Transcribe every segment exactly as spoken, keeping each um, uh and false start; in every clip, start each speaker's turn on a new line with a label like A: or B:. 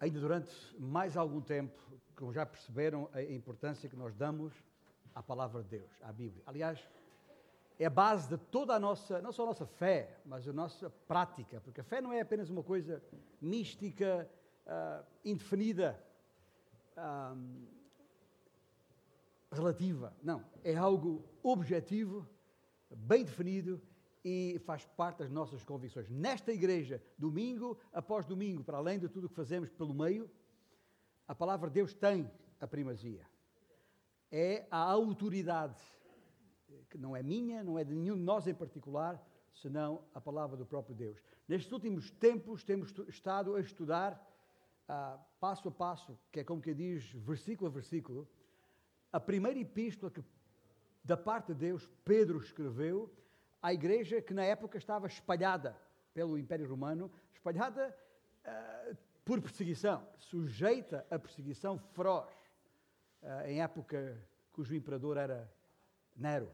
A: ainda durante mais algum tempo, como já perceberam, a importância que nós damos à palavra de Deus, à Bíblia. Aliás, é a base de toda a nossa, não só a nossa fé, mas a nossa prática, porque a fé não é apenas uma coisa mística, uh, indefinida, uh, relativa. Não, é algo objetivo, bem definido e faz parte das nossas convicções. Nesta igreja, domingo após domingo, para além de tudo o que fazemos pelo meio, a palavra de Deus tem a primazia. É a autoridade, que não é minha, não é de nenhum de nós em particular, senão a palavra do próprio Deus. Nestes últimos tempos temos estado a estudar, uh, passo a passo, que é como que diz, versículo a versículo, a primeira epístola que, da parte de Deus, Pedro escreveu à igreja que na época estava espalhada pelo Império Romano, espalhada uh, por perseguição, sujeita a perseguição feroz, uh, em época cujo imperador era Nero.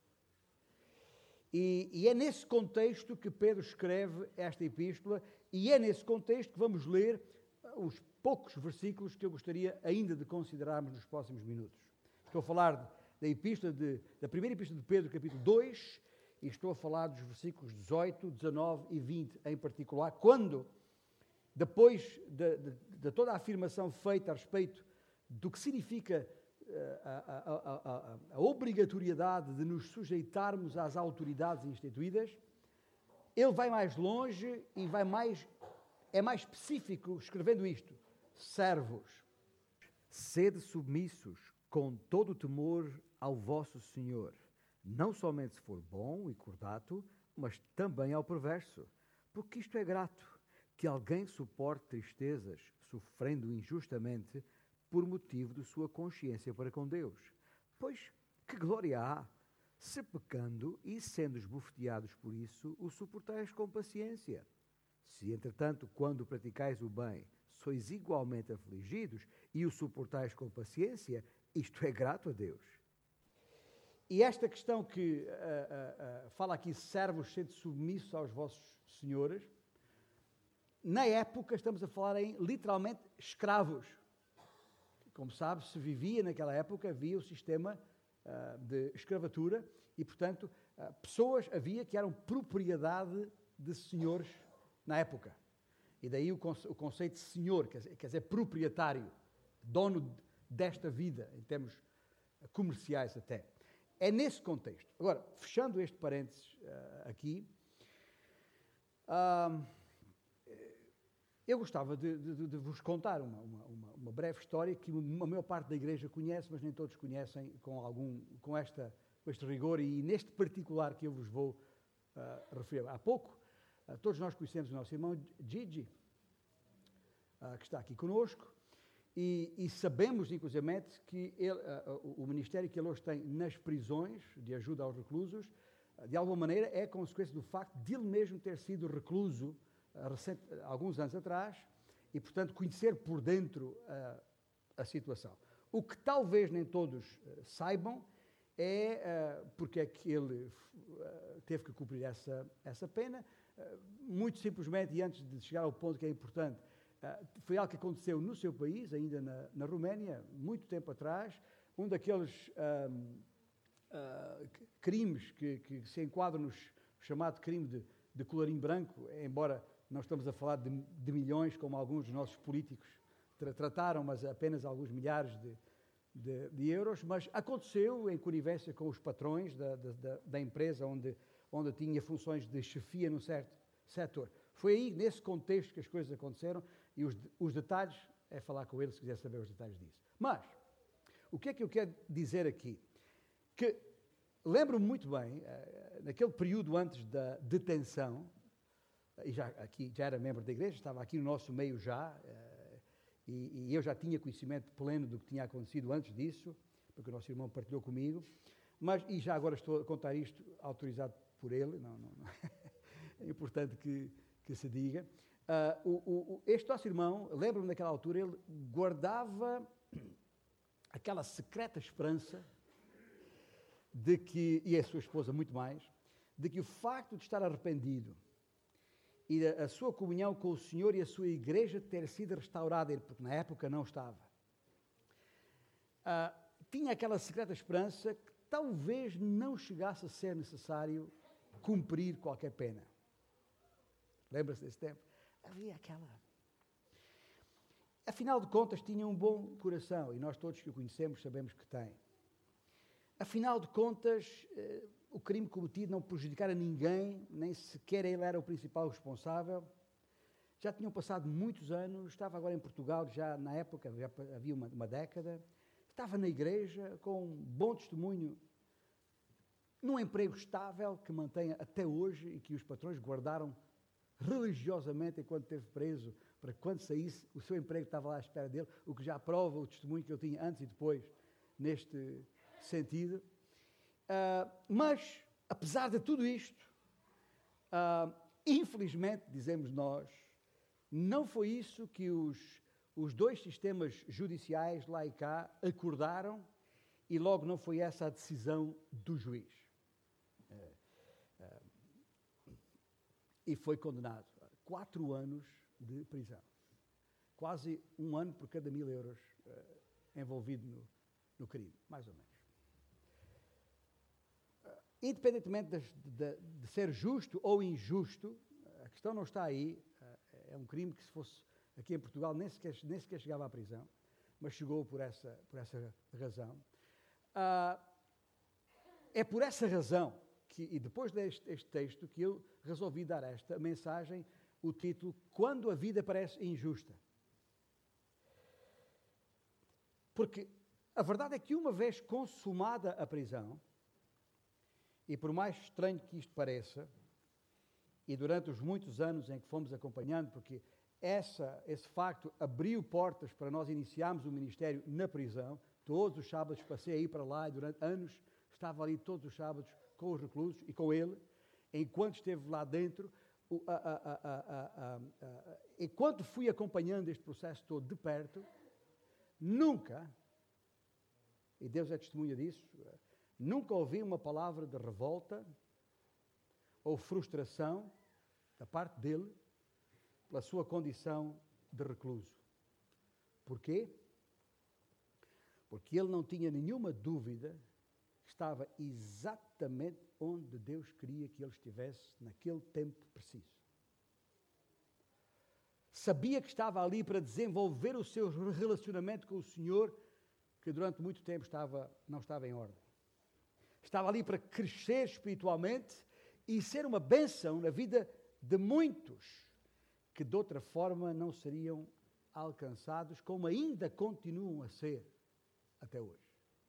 A: E, e é nesse contexto que Pedro escreve esta epístola, e é nesse contexto que vamos ler os poucos versículos que eu gostaria ainda de considerarmos nos próximos minutos. Estou a falar da epístola de, da primeira epístola de Pedro, capítulo dois, e estou a falar dos versículos dezoito, dezanove e vinte em particular, quando, depois de, de, de toda a afirmação feita a respeito do que significa a, a, a, a, a obrigatoriedade de nos sujeitarmos às autoridades instituídas, ele vai mais longe e vai mais, é mais específico escrevendo isto: servos, sede submissos com todo o temor ao vosso Senhor, não somente se for bom e cordato, mas também ao perverso, porque isto é grato, que alguém suporte tristezas, sofrendo injustamente, por motivo de sua consciência para com Deus. Pois que glória há, se pecando e sendo esbofeteados por isso, o suportais com paciência. Se, entretanto, quando praticais o bem, sois igualmente afligidos e o suportais com paciência, isto é grato a Deus. E esta questão que uh, uh, uh, fala aqui, servos, sede submissos aos vossos senhores, na época estamos a falar em, literalmente, escravos. Como sabe, se vivia naquela época, havia o sistema uh, de escravatura e, portanto, uh, pessoas havia que eram propriedade de senhores na época. E daí o, conce o conceito de senhor, quer dizer, quer dizer, proprietário, dono desta vida, em termos comerciais até. É nesse contexto. Agora, fechando este parênteses uh, aqui, uh, eu gostava de, de, de vos contar uma, uma, uma breve história que a maior parte da igreja conhece, mas nem todos conhecem com, algum, com, esta, com este rigor, e neste particular que eu vos vou uh, referir. Há pouco, uh, todos nós conhecemos o nosso irmão Gigi, uh, que está aqui conosco, e, e sabemos, inclusive, que ele, uh, o, o ministério que ele hoje tem nas prisões, de ajuda aos reclusos, uh, de alguma maneira é consequência do facto de ele mesmo ter sido recluso Recente, alguns anos atrás, e, portanto, conhecer por dentro uh, a situação. O que talvez nem todos uh, saibam é uh, porque é que ele uh, teve que cumprir essa, essa pena. Uh, muito simplesmente, e antes de chegar ao ponto que é importante, uh, foi algo que aconteceu no seu país, ainda na, na Roménia, muito tempo atrás, um daqueles um, uh, crimes que, que se enquadram no chamado crime de, de colarinho branco, embora não estamos a falar de, de milhões, como alguns dos nossos políticos tra trataram, mas apenas alguns milhares de, de, de euros, mas aconteceu em conivência com os patrões da, da, da empresa onde, onde tinha funções de chefia num certo setor. Foi aí, nesse contexto, que as coisas aconteceram, e os, os detalhes, é falar com ele se quiser saber os detalhes disso. Mas, o que é que eu quero dizer aqui? Que lembro-me muito bem, naquele período antes da detenção, e já, aqui, já era membro da igreja, estava aqui no nosso meio já, uh, e, e eu já tinha conhecimento pleno do que tinha acontecido antes disso, porque o nosso irmão partilhou comigo, mas, e já agora estou a contar isto autorizado por ele, não, não, não. É importante que, que se diga. Uh, o, o, este nosso irmão, lembro-me naquela altura, ele guardava aquela secreta esperança de que, e a sua esposa muito mais, de que o facto de estar arrependido e a, a sua comunhão com o Senhor e a sua igreja ter sido restaurada, porque na época não estava. Ah, tinha aquela secreta esperança que talvez não chegasse a ser necessário cumprir qualquer pena. Lembra-se desse tempo? Havia aquela... Afinal de contas, tinha um bom coração, e nós todos que o conhecemos sabemos que tem. Afinal de contas, eh, o crime cometido não prejudicara ninguém, nem sequer ele era o principal responsável. Já tinham passado muitos anos, estava agora em Portugal, já na época, já havia uma, uma década, estava na igreja, com um bom testemunho, num emprego estável, que mantém até hoje, e que os patrões guardaram religiosamente enquanto esteve preso, para que quando saísse, o seu emprego estava lá à espera dele, o que já prova o testemunho que eu tinha antes e depois, neste sentido. Uh, mas, apesar de tudo isto, uh, infelizmente, dizemos nós, não foi isso que os, os dois sistemas judiciais lá e cá acordaram, e logo não foi essa a decisão do juiz. Uh, uh, e foi condenado a quatro anos de prisão. Quase um ano por cada mil euros uh, envolvido no, no crime, mais ou menos. Independentemente de, de, de ser justo ou injusto, a questão não está aí. É um crime que, se fosse aqui em Portugal, nem sequer, nem sequer chegava à prisão, mas chegou por essa, por essa razão. Ah, é por essa razão, que, e depois deste este texto, que eu resolvi dar esta mensagem, o título, Quando a Vida Parece Injusta. Porque a verdade é que uma vez consumada a prisão, e por mais estranho que isto pareça, e durante os muitos anos em que fomos acompanhando, porque essa, esse facto abriu portas para nós iniciarmos o ministério na prisão, todos os sábados passei a ir para lá e durante anos estava ali todos os sábados com os reclusos e com ele, enquanto esteve lá dentro, o, a, a, a, a, a, enquanto fui acompanhando este processo todo de perto, nunca, e Deus é testemunha disso, nunca ouvi uma palavra de revolta ou frustração da parte dele pela sua condição de recluso. Porquê? Porque ele não tinha nenhuma dúvida que estava exatamente onde Deus queria que ele estivesse naquele tempo preciso. Sabia que estava ali para desenvolver o seu relacionamento com o Senhor, que durante muito tempo estava, não estava em ordem. Estava ali para crescer espiritualmente e ser uma bênção na vida de muitos que de outra forma não seriam alcançados, como ainda continuam a ser até hoje.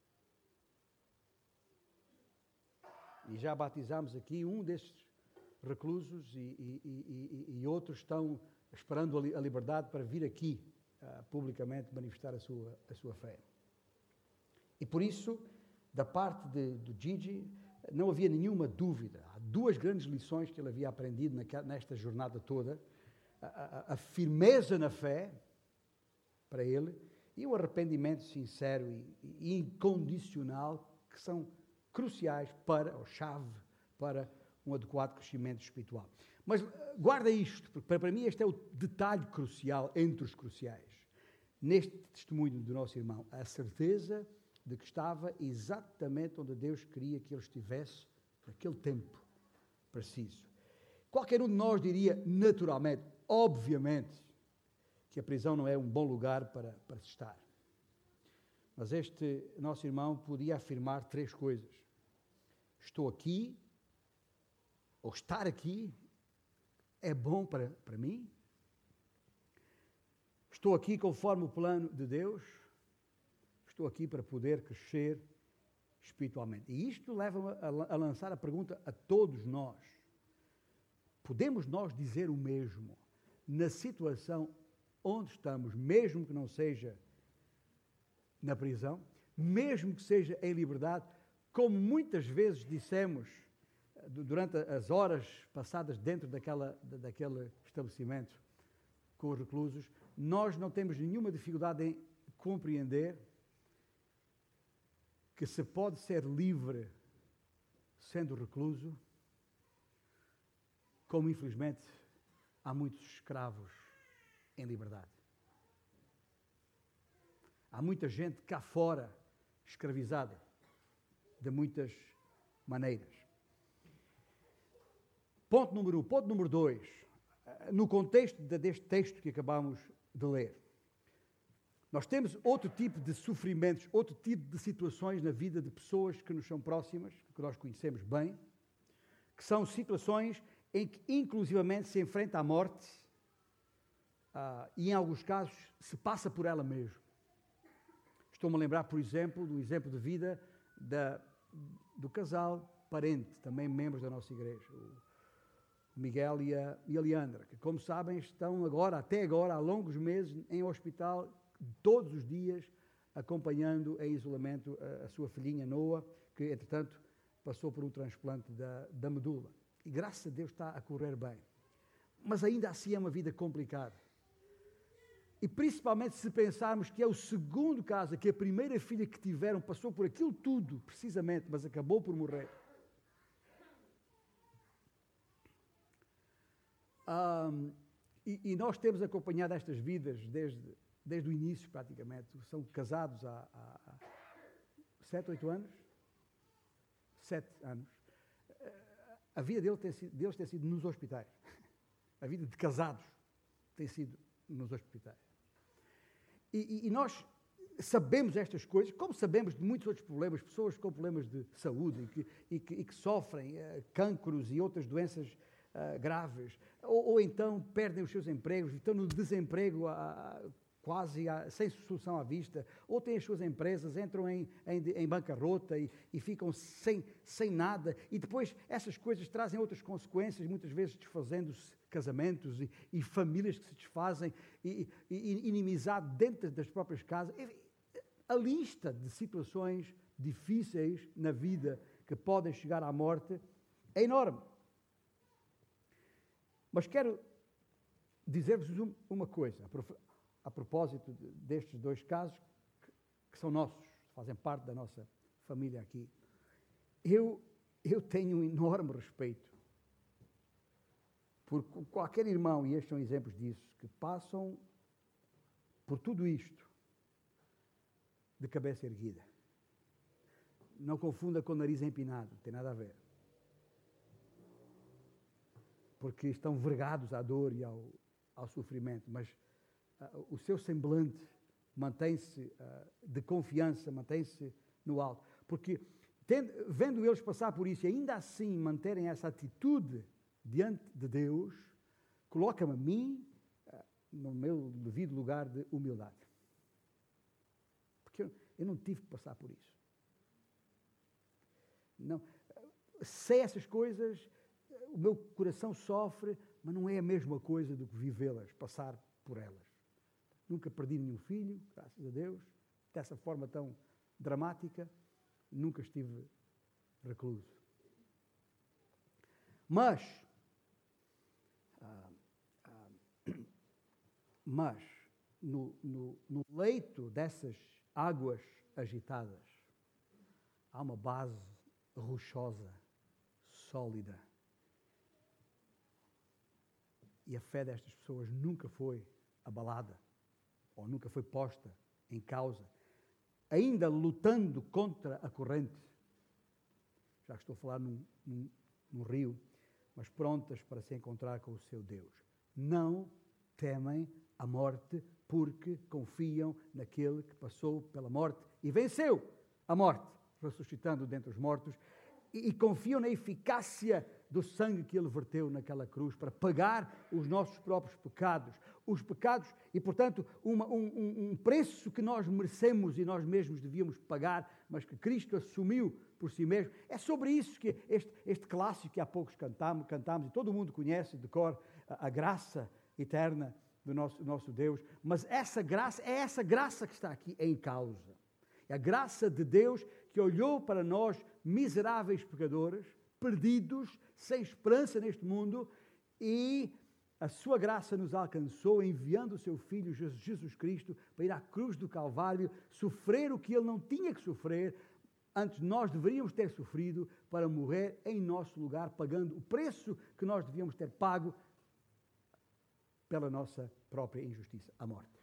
A: E já batizamos aqui um destes reclusos e, e, e, e, e outros estão esperando a liberdade para vir aqui uh, publicamente manifestar a sua, a sua fé. E por isso, da parte de, do Gigi, não havia nenhuma dúvida. Há duas grandes lições que ele havia aprendido naquela, nesta jornada toda. A, a, a firmeza na fé, para ele, e o arrependimento sincero e, e incondicional, que são cruciais para, ou chave, para um adequado crescimento espiritual. Mas guarda isto, porque para, para mim este é o detalhe crucial, entre os cruciais. Neste testemunho do nosso irmão, a certeza de que estava exatamente onde Deus queria que ele estivesse naquele tempo preciso. Qualquer um de nós diria, naturalmente, obviamente, que a prisão não é um bom lugar para, para se estar. Mas este nosso irmão podia afirmar três coisas. Estou aqui, ou estar aqui, é bom para, para mim. Estou aqui conforme o plano de Deus. Estou aqui para poder crescer espiritualmente. E isto leva-me a, a lançar a pergunta a todos nós. Podemos nós dizer o mesmo na situação onde estamos, mesmo que não seja na prisão, mesmo que seja em liberdade, como muitas vezes dissemos durante as horas passadas dentro daquela, daquele estabelecimento com os reclusos, nós não temos nenhuma dificuldade em compreender que se pode ser livre sendo recluso, como infelizmente há muitos escravos em liberdade. Há muita gente cá fora escravizada de muitas maneiras. Ponto número um. Ponto número dois. No contexto deste texto que acabamos de ler, nós temos outro tipo de sofrimentos, outro tipo de situações na vida de pessoas que nos são próximas, que nós conhecemos bem, que são situações em que inclusivamente se enfrenta a morte ah, e em alguns casos se passa por ela mesmo. Estou-me a lembrar, por exemplo, do exemplo de vida da, do casal Parente, também membros da nossa igreja, o Miguel e a, e a Leandra, que, como sabem, estão agora, até agora, há longos meses, em hospital, todos os dias, acompanhando em isolamento a, a sua filhinha Noa, que, entretanto, passou por um transplante da, da medula. E, graças a Deus, está a correr bem. Mas ainda assim é uma vida complicada. E principalmente se pensarmos que é o segundo caso, que a primeira filha que tiveram passou por aquilo tudo, precisamente, mas acabou por morrer. Um, e, e nós temos acompanhado estas vidas desde, desde o início, praticamente. São casados há, há, há sete, oito anos. Sete anos. A vida deles tem sido, deles tem sido nos hospitais. A vida de casados tem sido nos hospitais. E, e, e nós sabemos estas coisas, como sabemos de muitos outros problemas, pessoas com problemas de saúde e que, e que, e que sofrem uh, cancros e outras doenças uh, graves, ou, ou então perdem os seus empregos, estão no desemprego a, a, quase a, sem solução à vista, ou têm as suas empresas, entram em, em, em bancarrota e, e ficam sem, sem nada, e depois essas coisas trazem outras consequências, muitas vezes desfazendo-se casamentos e, e famílias que se desfazem, e, e, e inimizade dentro das próprias casas. A lista de situações difíceis na vida que podem chegar à morte é enorme. Mas quero dizer-vos uma coisa, a propósito destes dois casos, que, que são nossos, fazem parte da nossa família aqui. Eu, eu tenho um enorme respeito por qualquer irmão, e estes são exemplos disso, que passam por tudo isto de cabeça erguida. Não confunda com o nariz empinado, não tem nada a ver. Porque estão vergados à dor e ao, ao sofrimento, mas uh, o seu semblante mantém-se uh, de confiança, mantém-se no alto. Porque, tendo, vendo eles passar por isso e ainda assim manterem essa atitude diante de Deus, coloca-me a mim uh, no meu devido lugar de humildade. Porque eu, eu não tive que passar por isso. Não, sei essas coisas, o meu coração sofre, mas não é a mesma coisa do que vivê-las, passar por elas. Nunca perdi nenhum filho, graças a Deus, dessa forma tão dramática, nunca estive recluso. Mas, ah, ah, mas no, no, no leito dessas águas agitadas, há uma base rochosa, sólida. E a fé destas pessoas nunca foi abalada, ou nunca foi posta em causa, ainda lutando contra a corrente. Já estou a falar num, num, num rio, mas prontas para se encontrar com o seu Deus. Não temem a morte, porque confiam naquele que passou pela morte e venceu a morte, ressuscitando dentre os mortos, e, e confiam na eficácia do sangue que ele verteu naquela cruz para pagar os nossos próprios pecados, os pecados e, portanto, uma, um, um preço que nós merecemos e nós mesmos devíamos pagar, mas que Cristo assumiu por si mesmo. É sobre isso que este, este clássico que há poucos cantamos, cantamos, e todo mundo conhece de cor, a, a graça eterna do nosso, nosso Deus, mas essa graça, é essa graça que está aqui em causa. É a graça de Deus que olhou para nós, miseráveis pecadores, perdidos, sem esperança neste mundo, e a sua graça nos alcançou enviando o seu Filho Jesus Cristo para ir à cruz do Calvário, sofrer o que ele não tinha que sofrer, antes nós deveríamos ter sofrido, para morrer em nosso lugar, pagando o preço que nós devíamos ter pago pela nossa própria injustiça, a morte.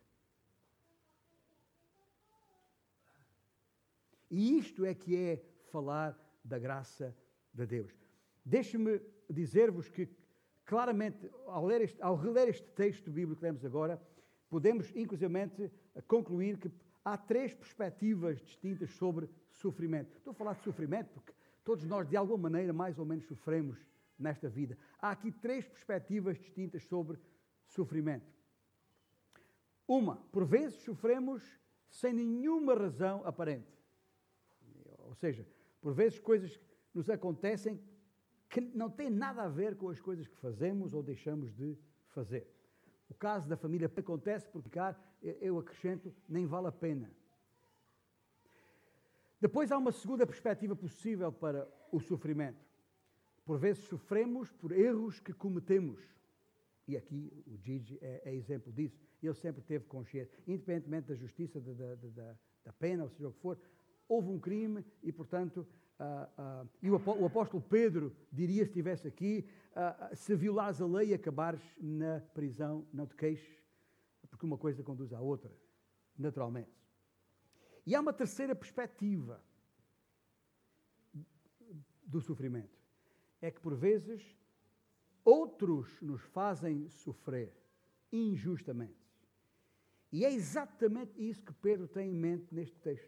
A: E isto é que é falar da graça de Deus. Deixe-me dizer-vos que, claramente, ao, ler este, ao reler este texto bíblico que lemos agora, podemos, inclusivamente, concluir que há três perspectivas distintas sobre sofrimento. Estou a falar de sofrimento porque todos nós, de alguma maneira, mais ou menos sofremos nesta vida. Há aqui três perspectivas distintas sobre sofrimento. Uma, por vezes sofremos sem nenhuma razão aparente. Ou seja, por vezes coisas nos acontecem que não têm nada a ver com as coisas que fazemos ou deixamos de fazer. O caso da família acontece porque, eu acrescento, nem vale a pena. Depois há uma segunda perspectiva possível para o sofrimento. Por vezes sofremos por erros que cometemos. E aqui o Gigi é, é exemplo disso. Ele sempre teve consciência, independentemente da justiça, da, da, da, da pena, ou seja o que for, houve um crime e, portanto, uh, uh, e o, o apóstolo Pedro diria, se estivesse aqui, uh, se violares a lei e acabares na prisão, não te queixes, porque uma coisa conduz à outra, naturalmente. E há uma terceira perspectiva do sofrimento. É que, por vezes, outros nos fazem sofrer injustamente. E é exatamente isso que Pedro tem em mente neste texto.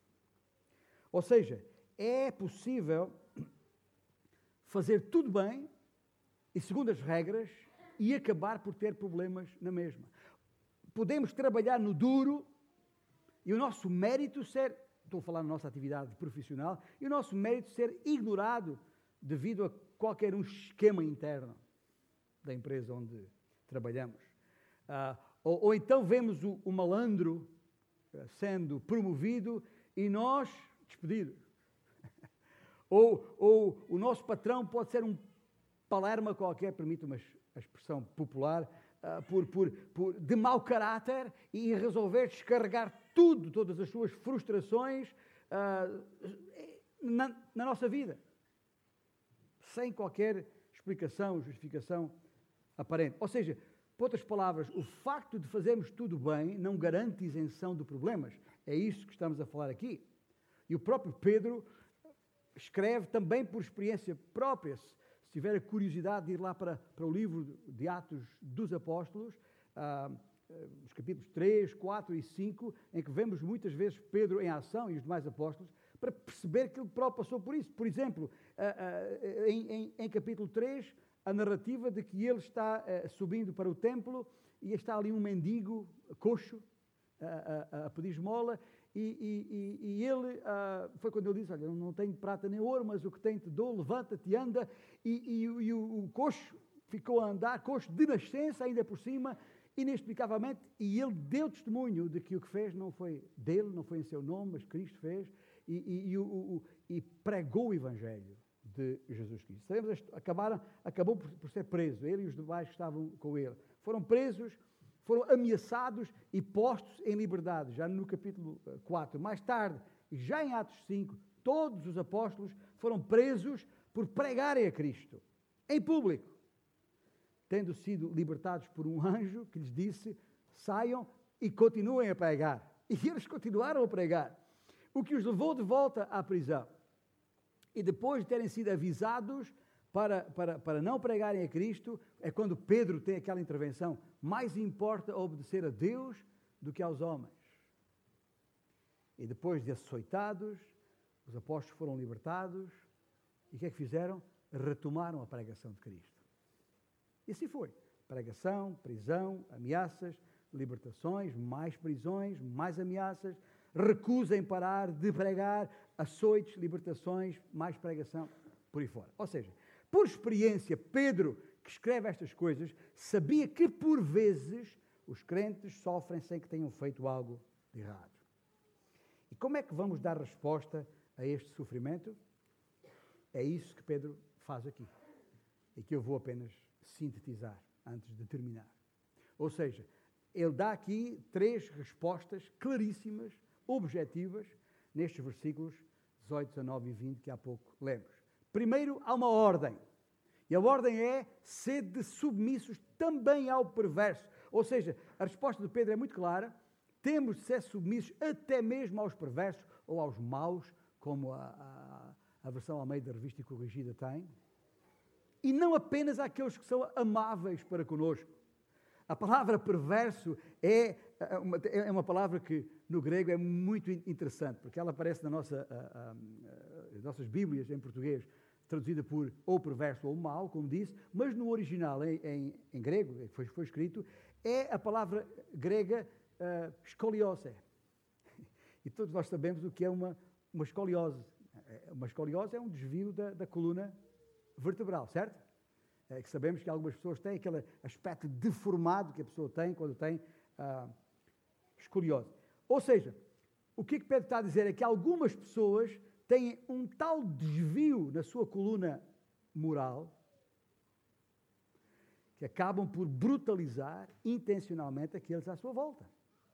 A: Ou seja, é possível fazer tudo bem e segundo as regras e acabar por ter problemas na mesma. Podemos trabalhar no duro e o nosso mérito ser, estou a falar na nossa atividade profissional, e o nosso mérito ser ignorado devido a qualquer um esquema interno da empresa onde trabalhamos. Ah, ou, ou então vemos o, o malandro sendo promovido e nós despedidos. ou, ou o nosso patrão pode ser um palerma qualquer, permita-me a expressão popular, uh, por, por, por, de mau caráter e resolver descarregar tudo, todas as suas frustrações uh, na, na nossa vida. Sem qualquer explicação, justificação aparente. Ou seja, por outras palavras, o facto de fazermos tudo bem não garante isenção de problemas. É isso que estamos a falar aqui. E o próprio Pedro escreve também por experiência própria. Se tiver a curiosidade de ir lá para, para o livro de Atos dos Apóstolos, ah, os capítulos três, quatro e cinco, em que vemos muitas vezes Pedro em ação e os demais apóstolos, para perceber que ele próprio passou por isso. Por exemplo, ah, ah, em, em, em capítulo três, a narrativa de que ele está ah, subindo para o templo e está ali um mendigo coxo a, a, a pedir esmola. E, e, e ele, uh, foi quando ele disse, olha, eu não tenho prata nem ouro, mas o que tenho te dou, levanta-te e anda. E, e, e o, o coxo ficou a andar, coxo de nascença ainda por cima, inexplicavelmente, e ele deu testemunho de que o que fez não foi dele, não foi em seu nome, mas Cristo fez, e, e, e, o, o, e pregou o Evangelho de Jesus Cristo. Sabemos, acabaram, acabou por, por ser preso, ele e os demais que estavam com ele. Foram presos, foram ameaçados e postos em liberdade, já no capítulo quatro. Mais tarde, já em Atos cinco, todos os apóstolos foram presos por pregarem a Cristo, em público, tendo sido libertados por um anjo que lhes disse, saiam e continuem a pregar. E eles continuaram a pregar, o que os levou de volta à prisão. E depois de terem sido avisados para, para, para não pregarem a Cristo, é quando Pedro tem aquela intervenção, mais importa obedecer a Deus do que aos homens. E depois de açoitados, os apóstolos foram libertados, e o que é que fizeram? Retomaram a pregação de Cristo. E assim foi. Pregação, prisão, ameaças, libertações, mais prisões, mais ameaças, recusa em parar de pregar, açoites, libertações, mais pregação, por aí fora. Ou seja, por experiência, Pedro, que escreve estas coisas, sabia que por vezes os crentes sofrem sem que tenham feito algo de errado. E como é que vamos dar resposta a este sofrimento? É isso que Pedro faz aqui. E que eu vou apenas sintetizar antes de terminar. Ou seja, ele dá aqui três respostas claríssimas, objetivas, nestes versículos dezoito, dezanove e vinte que há pouco lemos. Primeiro, há uma ordem. E a ordem é sede submissos também ao perverso. Ou seja, a resposta de Pedro é muito clara. Temos de ser submissos até mesmo aos perversos ou aos maus, como a, a, a versão Almeida Revista e Corrigida tem. E não apenas àqueles que são amáveis para conosco. A palavra perverso é uma, é uma palavra que no grego é muito interessante, porque ela aparece na nossa, a, a, a, nas nossas Bíblias em português, traduzida por ou perverso ou mau, como disse, mas no original, em, em, em grego, que foi, foi escrito, é a palavra grega uh, escoliose. E todos nós sabemos o que é uma, uma escoliose. Uma escoliose é um desvio da, da coluna vertebral, certo? É que sabemos que algumas pessoas têm aquele aspecto deformado que a pessoa tem quando tem uh, escoliose. Ou seja, o que, que Pedro está a dizer é que algumas pessoas têm um tal desvio na sua coluna moral que acabam por brutalizar intencionalmente aqueles à sua volta.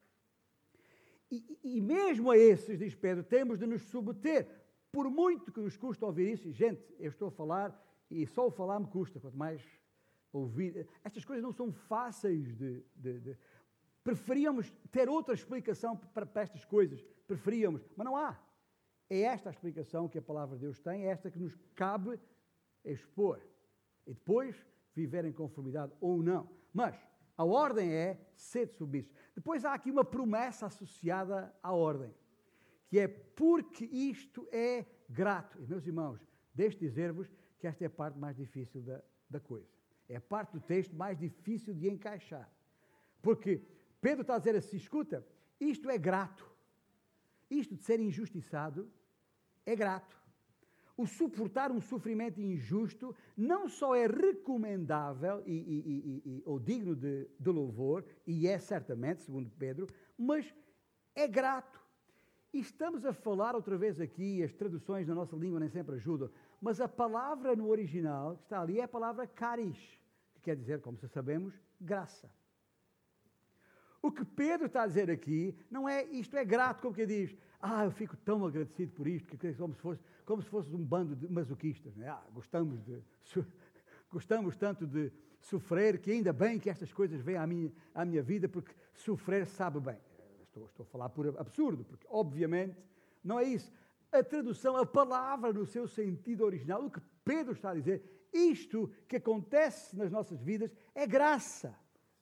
A: E, e mesmo a esses, diz Pedro, temos de nos submeter, por muito que nos custa ouvir isso. E, gente, eu estou a falar e só o falar me custa, quanto mais ouvir. Estas coisas não são fáceis de... de, de... Preferíamos ter outra explicação para, para estas coisas, preferíamos, mas não há. É esta a explicação que a palavra de Deus tem, é esta que nos cabe expor. E depois viver em conformidade ou não. Mas a ordem é ser submissos. Depois há aqui uma promessa associada à ordem, que é porque isto é grato. E, meus irmãos, deixe dizer-vos que esta é a parte mais difícil da, da coisa. É a parte do texto mais difícil de encaixar. Porque Pedro está a dizer assim, escuta, isto é grato. Isto de ser injustiçado é grato. O suportar um sofrimento injusto não só é recomendável e, e, e, e, ou digno de, de louvor, e é certamente, segundo Pedro, mas é grato. E estamos a falar outra vez aqui, as traduções na nossa língua nem sempre ajudam, mas a palavra no original que está ali é a palavra charis, que quer dizer, como sabemos, graça. O que Pedro está a dizer aqui, não é isto é grato, como que diz, ah, eu fico tão agradecido por isto, que como se fosse, como se fosse um bando de masoquistas, né? Ah, gostamos, de, gostamos tanto de sofrer, que ainda bem que estas coisas vêm à minha, à minha vida, porque sofrer sabe bem. Estou, estou a falar por absurdo, porque obviamente não é isso. A tradução, a palavra no seu sentido original, o que Pedro está a dizer, isto que acontece nas nossas vidas é graça.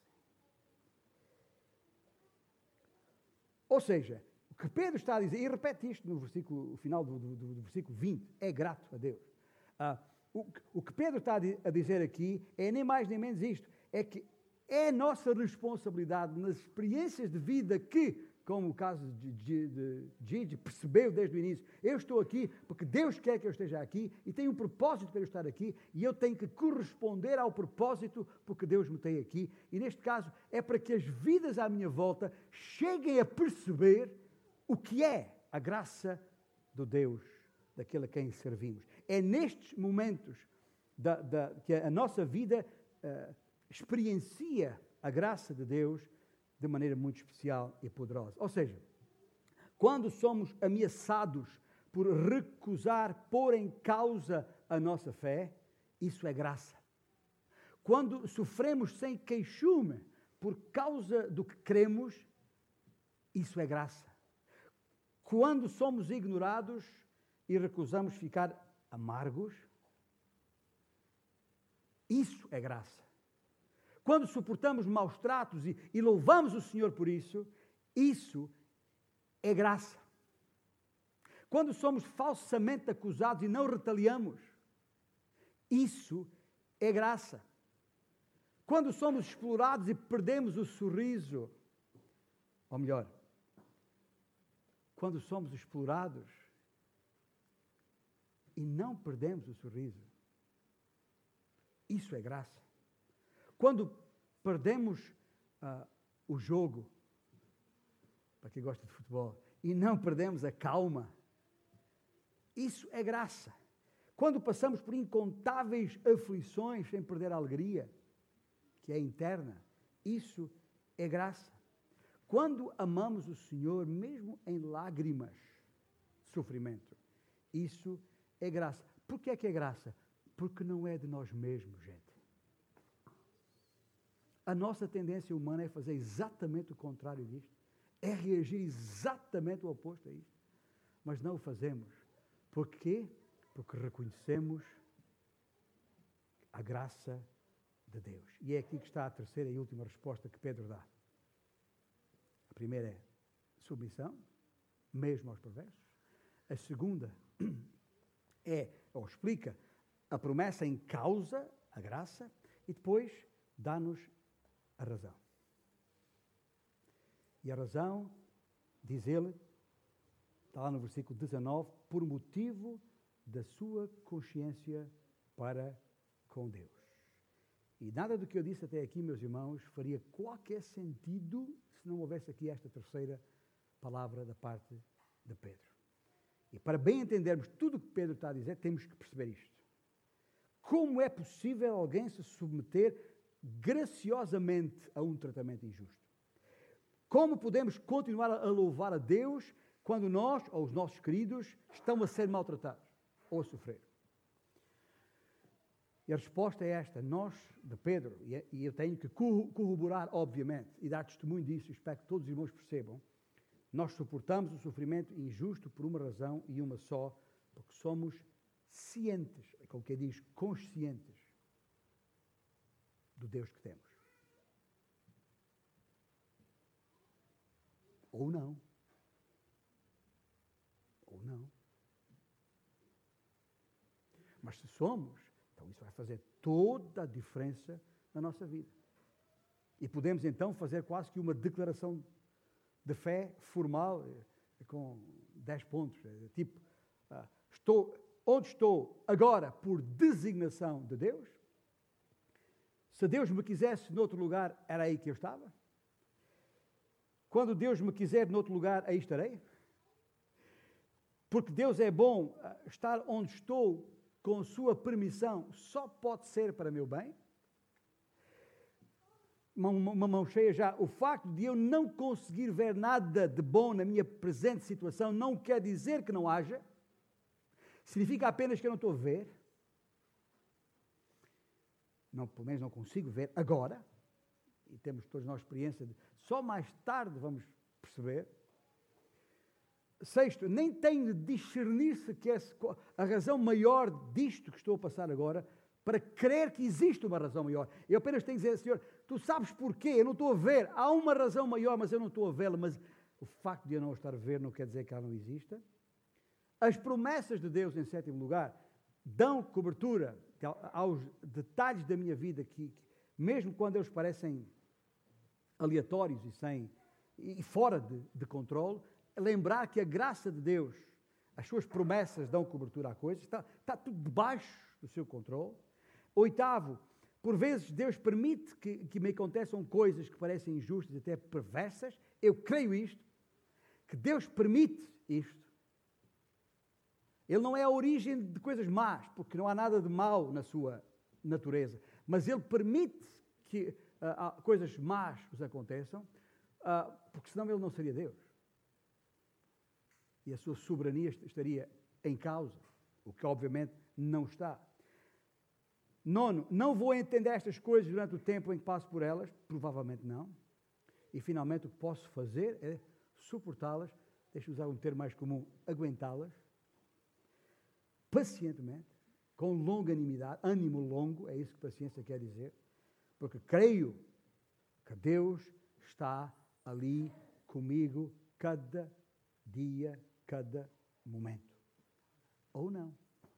A: Ou seja, o que Pedro está a dizer, e repete isto no versículo, no final do, do, do versículo vinte, é grato a Deus. Ah, o, o que Pedro está a dizer aqui é nem mais nem menos isto, é que é nossa responsabilidade nas experiências de vida que, como o caso de Gigi percebeu desde o início, eu estou aqui porque Deus quer que eu esteja aqui e tem um propósito para eu estar aqui e eu tenho que corresponder ao propósito porque Deus me tem aqui. E neste caso é para que as vidas à minha volta cheguem a perceber o que é a graça do Deus, daquele a quem servimos. É nestes momentos da, da, que a nossa vida uh, experiencia a graça de Deus de maneira muito especial e poderosa. Ou seja, quando somos ameaçados por recusar pôr em causa a nossa fé, isso é graça. Quando sofremos sem queixume por causa do que cremos, isso é graça. Quando somos ignorados e recusamos ficar amargos, isso é graça. Quando suportamos maus tratos e, e louvamos o Senhor por isso, isso é graça. Quando somos falsamente acusados e não retaliamos, isso é graça. Quando somos explorados e perdemos o sorriso, ou melhor, quando somos explorados e não perdemos o sorriso, isso é graça. Quando perdemos uh, o jogo, para quem gosta de futebol, e não perdemos a calma, isso é graça. Quando passamos por incontáveis aflições sem perder a alegria, que é interna, isso é graça. Quando amamos o Senhor, mesmo em lágrimas, sofrimento, isso é graça. Por que é que é graça? Porque não é de nós mesmos, gente. A nossa tendência humana é fazer exatamente o contrário disto. É reagir exatamente o oposto a isto. Mas não o fazemos. Por quê? Porque reconhecemos a graça de Deus. E é aqui que está a terceira e última resposta que Pedro dá. A primeira é submissão, mesmo aos perversos. A segunda é, ou explica, a promessa em causa, a graça, e depois dá-nos a razão. E a razão, diz ele, está lá no versículo dezanove, por motivo da sua consciência para com Deus. E nada do que eu disse até aqui, meus irmãos, faria qualquer sentido se não houvesse aqui esta terceira palavra da parte de Pedro. E para bem entendermos tudo o que Pedro está a dizer, temos que perceber isto. Como é possível alguém se submeter graciosamente a um tratamento injusto? Como podemos continuar a louvar a Deus quando nós, ou os nossos queridos, estão a ser maltratados ou a sofrer? E a resposta é esta. Nós, de Pedro, e eu tenho que corroborar, obviamente, e dar testemunho disso, espero que todos os irmãos percebam, nós suportamos o sofrimento injusto por uma razão e uma só, porque somos cientes, como que diz, conscientes do Deus que temos. Ou não. Ou não. Mas se somos, então isso vai fazer toda a diferença na nossa vida. E podemos então fazer quase que uma declaração de fé formal, com dez pontos. Tipo, estou, onde estou agora por designação de Deus? Se Deus me quisesse noutro lugar, era aí que eu estava? Quando Deus me quiser noutro lugar, aí estarei? Porque Deus é bom, estar onde estou com sua permissão só pode ser para meu bem? Uma, uma mão cheia já, o facto de eu não conseguir ver nada de bom na minha presente situação não quer dizer que não haja, significa apenas que eu não estou a ver, não, pelo menos não consigo ver agora, e temos todos nós experiência de, só mais tarde vamos perceber. Sexto, nem tenho de discernir se que é a razão maior disto que estou a passar agora, para crer que existe uma razão maior. Eu apenas tenho de dizer, Senhor, tu sabes porquê, eu não estou a ver, há uma razão maior, mas eu não estou a vê-la, mas o facto de eu não estar a ver não quer dizer que ela não exista. As promessas de Deus, em sétimo lugar, dão cobertura aos detalhes da minha vida, que, que mesmo quando eles parecem aleatórios e, sem, e fora de, de controle, lembrar que a graça de Deus, as suas promessas dão cobertura à coisa, está, está tudo debaixo do seu controle. Oitavo, por vezes Deus permite que, que me aconteçam coisas que parecem injustas, até perversas. Eu creio isto, que Deus permite isto. Ele não é a origem de coisas más, porque não há nada de mau na sua natureza, mas Ele permite que uh, coisas más os aconteçam, uh, porque senão Ele não seria Deus. E a sua soberania estaria em causa, o que obviamente não está. Nono, não vou entender estas coisas durante o tempo em que passo por elas, provavelmente não. E finalmente o que posso fazer é suportá-las, deixa-me usar um termo mais comum, aguentá-las, pacientemente, com longanimidade, ânimo longo, é isso que paciência quer dizer, porque creio que Deus está ali comigo cada dia, cada momento. Ou não.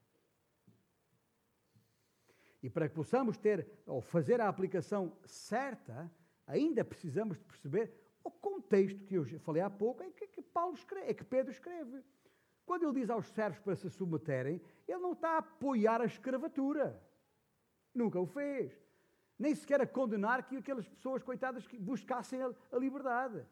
A: E para que possamos ter, ou fazer a aplicação certa, ainda precisamos de perceber o contexto que eu falei há pouco, é que, que Paulo escreve, é que Pedro escreve. Quando ele diz aos servos para se submeterem, ele não está a apoiar a escravatura. Nunca o fez. Nem sequer a condenar que aquelas pessoas, coitadas, que buscassem a, a liberdade.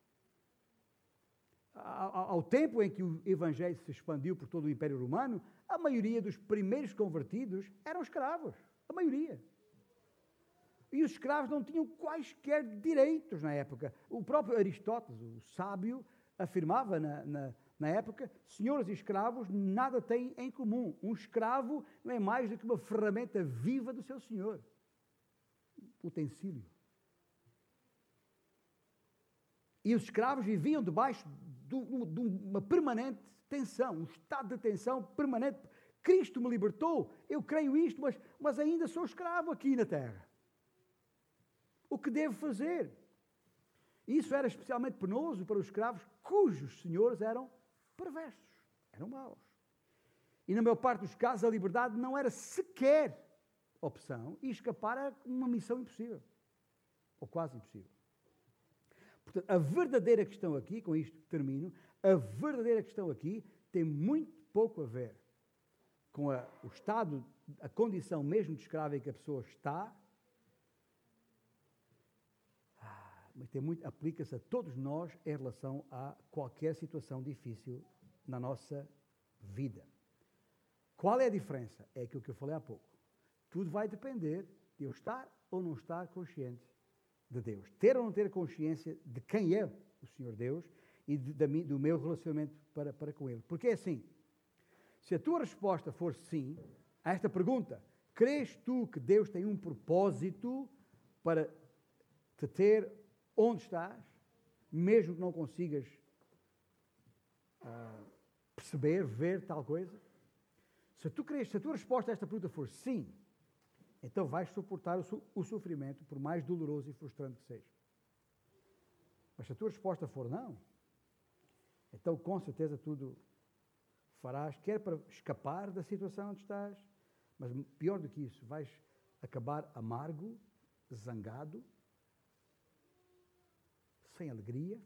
A: Ao, ao tempo em que o Evangelho se expandiu por todo o Império Romano, a maioria dos primeiros convertidos eram escravos. A maioria. E os escravos não tinham quaisquer direitos na época. O próprio Aristóteles, o sábio, afirmava na, na, na época, senhores e escravos nada têm em comum. Um escravo não é mais do que uma ferramenta viva do seu senhor. Utensílio. E os escravos viviam debaixo de uma permanente tensão, um estado de tensão permanente. Cristo me libertou, eu creio isto, mas, mas ainda sou escravo aqui na terra. O que devo fazer? Isso era especialmente penoso para os escravos cujos senhores eram perversos, eram maus. E na maior parte dos casos a liberdade não era sequer opção e escapar a uma missão impossível, ou quase impossível. Portanto, a verdadeira questão aqui, com isto termino, a verdadeira questão aqui tem muito pouco a ver com a, o estado, a condição mesmo de escravo em que a pessoa está, mas tem muito, aplica-se a todos nós em relação a qualquer situação difícil na nossa vida. Qual é a diferença? É aquilo que eu falei há pouco. Tudo vai depender de eu estar ou não estar consciente de Deus. Ter ou não ter consciência de quem é o Senhor Deus e de, de, do meu relacionamento para, para com Ele. Porque é assim, se a tua resposta for sim a esta pergunta, crês tu que Deus tem um propósito para te ter onde estás, mesmo que não consigas uh, perceber, ver tal coisa? Se tu crês, se a tua resposta a esta pergunta for sim, então vais suportar o, su o sofrimento, por mais doloroso e frustrante que seja. Mas se a tua resposta for não, então com certeza tudo farás, quer para escapar da situação onde estás, mas pior do que isso, vais acabar amargo, zangado, sem alegria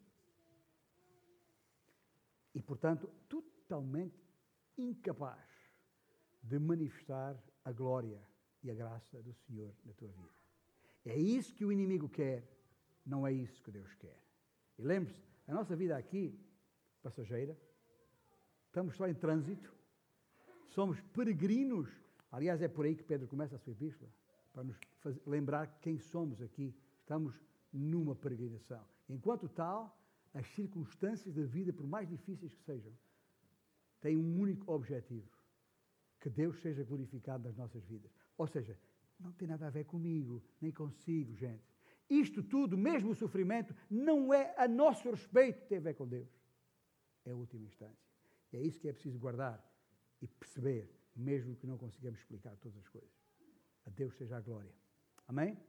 A: e, portanto, totalmente incapaz de manifestar a glória e a graça do Senhor na tua vida. É isso que o inimigo quer, não é isso que Deus quer. E lembre-se, a nossa vida aqui, passageira, estamos só em trânsito, somos peregrinos. Aliás, é por aí que Pedro começa a sua epístola, para nos fazer, lembrar quem somos aqui. Estamos numa peregrinação. Enquanto tal, as circunstâncias da vida, por mais difíceis que sejam, têm um único objetivo: que Deus seja glorificado nas nossas vidas. Ou seja, não tem nada a ver comigo, nem consigo, gente. Isto tudo, mesmo o sofrimento, não é a nosso respeito que tem a ver com Deus. É a última instância. E é isso que é preciso guardar e perceber, mesmo que não consigamos explicar todas as coisas. A Deus seja a glória. Amém?